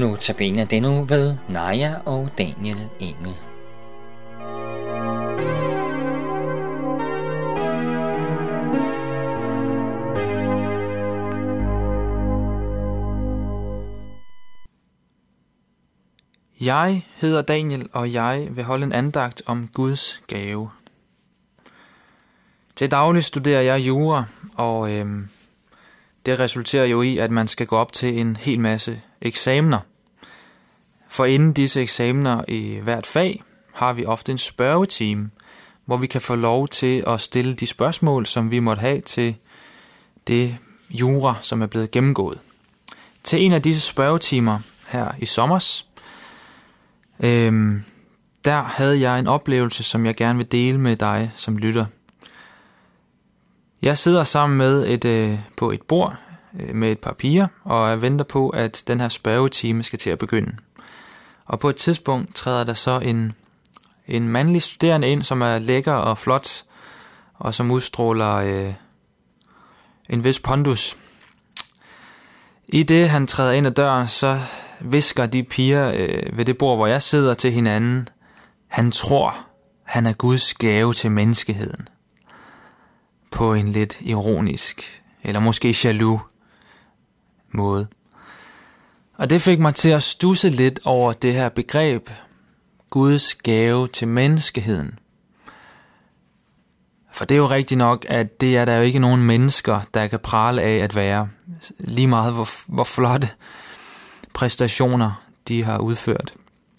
Notabene denne ved Naja og Daniel Engel. Jeg hedder Daniel, og jeg vil holde en andagt om Guds gave. Til daglig studerer jeg jura, og det resulterer jo i, at man skal gå op til en hel masse eksamener. For inden disse eksamener i hvert fag, har vi ofte en spørgetime, hvor vi kan få lov til at stille de spørgsmål, som vi måtte have til det jura, som er blevet gennemgået. Til en af disse spørgetimer her i sommers, der havde jeg en oplevelse, som jeg gerne vil dele med dig, som lytter. Jeg sidder sammen med på et bord med et par piger, og jeg venter på, at den her spørgetime skal til at begynde. Og på et tidspunkt træder der så en mandlig studerende ind, som er lækker og flot, og som udstråler en vis pondus. I det han træder ind ad døren, så hvisker de piger ved det bord, hvor jeg sidder, til hinanden: han tror, han er Guds gave til menneskeheden. På en lidt ironisk, eller måske jaloux måde. Og det fik mig til at studse lidt over det her begreb, Guds gave til menneskeheden. For det er jo rigtigt nok, at det er der jo ikke nogen mennesker, der kan prale af at være. Lige meget hvor flotte præstationer de har udført.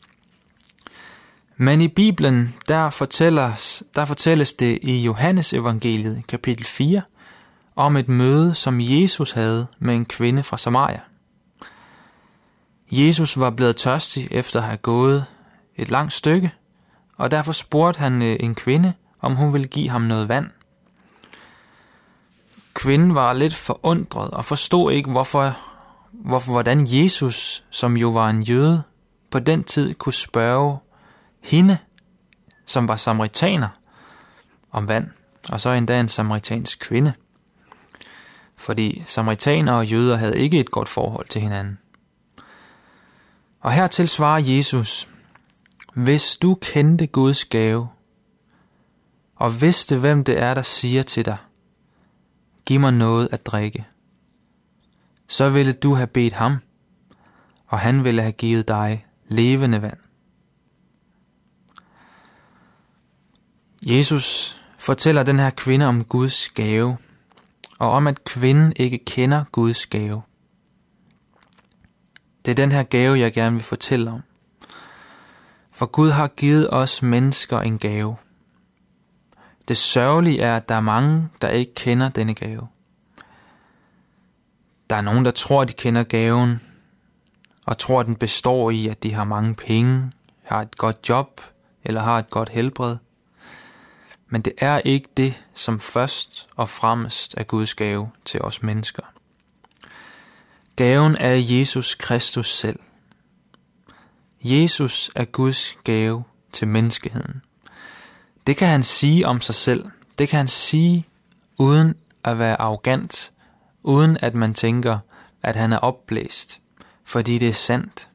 Men i Bibelen, der fortælles det i Johannes evangeliet, kapitel 4, om et møde, som Jesus havde med en kvinde fra Samaria. Jesus var blevet tørstig efter at have gået et langt stykke, og derfor spurgte han en kvinde, om hun ville give ham noget vand. Kvinden var lidt forundret og forstod ikke, hvordan Jesus, som jo var en jøde, på den tid kunne spørge hende, som var samaritaner, om vand, og så endda en samaritansk kvinde. Fordi samaritanere og jøder havde ikke et godt forhold til hinanden. Og hertil svarer Jesus: hvis du kendte Guds gave, og vidste, hvem det er, der siger til dig: giv mig noget at drikke, så ville du have bedt ham, og han ville have givet dig levende vand. Jesus fortæller den her kvinde om Guds gave, og om at kvinden ikke kender Guds gave. Det er den her gave, jeg gerne vil fortælle om. For Gud har givet os mennesker en gave. Det sørgelige er, at der er mange, der ikke kender denne gave. Der er nogen, der tror, at de kender gaven, og tror, at den består i, at de har mange penge, har et godt job, eller har et godt helbred. Men det er ikke det, som først og fremmest er Guds gave til os mennesker. Gaven er Jesus Kristus selv. Jesus er Guds gave til menneskeheden. Det kan han sige om sig selv. Det kan han sige uden at være arrogant, uden at man tænker, at han er opblæst, fordi det er sandt.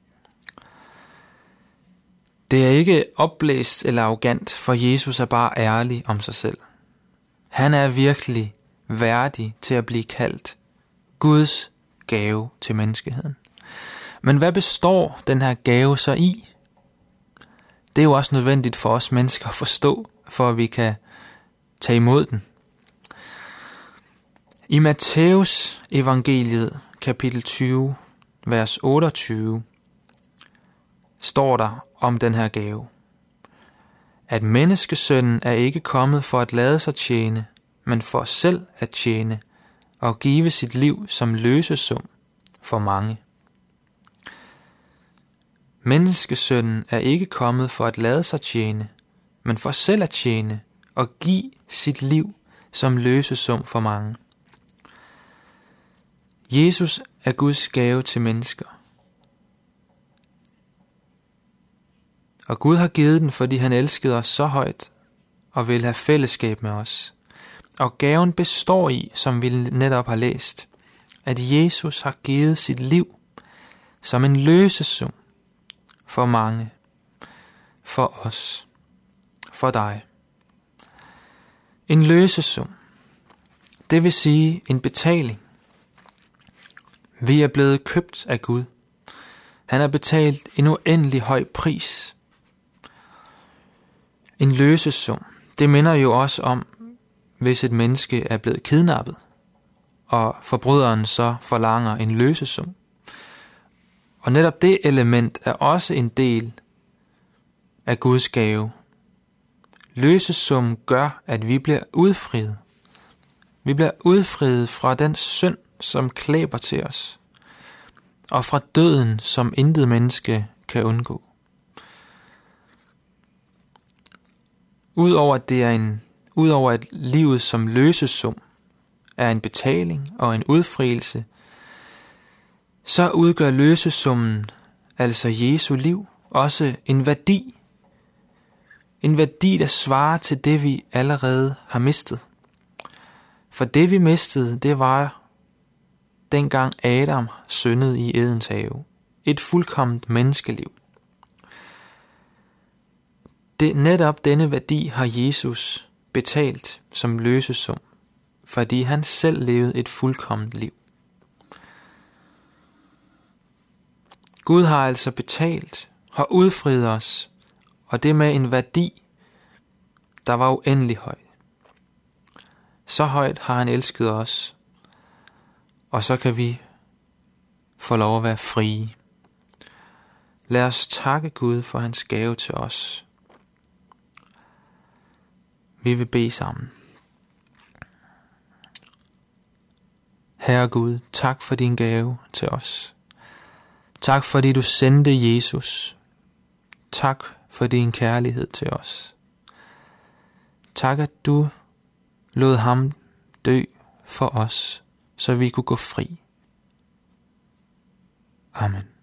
Det er ikke opblæst eller arrogant, for Jesus er bare ærlig om sig selv. Han er virkelig værdig til at blive kaldt Guds gave til menneskeheden. Men hvad består den her gave så i? Det er jo også nødvendigt for os mennesker at forstå, for at vi kan tage imod den. I Matthæus evangeliet, kapitel 20, vers 28, står der om den her gave: at menneskesønnen er ikke kommet for at lade sig tjene, men for selv at tjene og give sit liv som løsesum for mange. Menneskesønnen er ikke kommet for at lade sig tjene, men for selv at tjene og give sit liv som løsesum for mange. Jesus er Guds gave til mennesker. Og Gud har givet den, fordi han elskede os så højt og vil have fællesskab med os. Og gaven består i, som vi netop har læst, at Jesus har givet sit liv som en løsesum for mange, for os, for dig. En løsesum, det vil sige en betaling. Vi er blevet købt af Gud. Han har betalt en uendelig høj pris. En løsesum, det minder jo også om, hvis et menneske er blevet kidnappet, og forbryderen så forlanger en løsesum. Og netop det element er også en del af Guds gave. Løsesum gør, at vi bliver udfriet. Vi bliver udfriet fra den synd, som klæber til os, og fra døden, som intet menneske kan undgå. Udover at livet som løsesum er en betaling og en udfrielse, så udgør løsesummen, altså Jesu liv, også en værdi. En værdi, der svarer til det, vi allerede har mistet. For det, vi mistede, det var dengang Adam syndede i Edens have. Et fuldkomment menneskeliv. Netop denne værdi har Jesus betalt som løsesum, fordi han selv levede et fuldkomment liv. Gud har altså betalt og udfriet os, og det med en værdi, der var uendelig høj. Så højt har han elsket os, og så kan vi få lov at være frie. Lad os takke Gud for hans gave til os. Vi vil bede sammen. Herre Gud, tak for din gave til os. Tak fordi du sendte Jesus. Tak for din kærlighed til os. Tak at du lod ham dø for os, så vi kunne gå fri. Amen.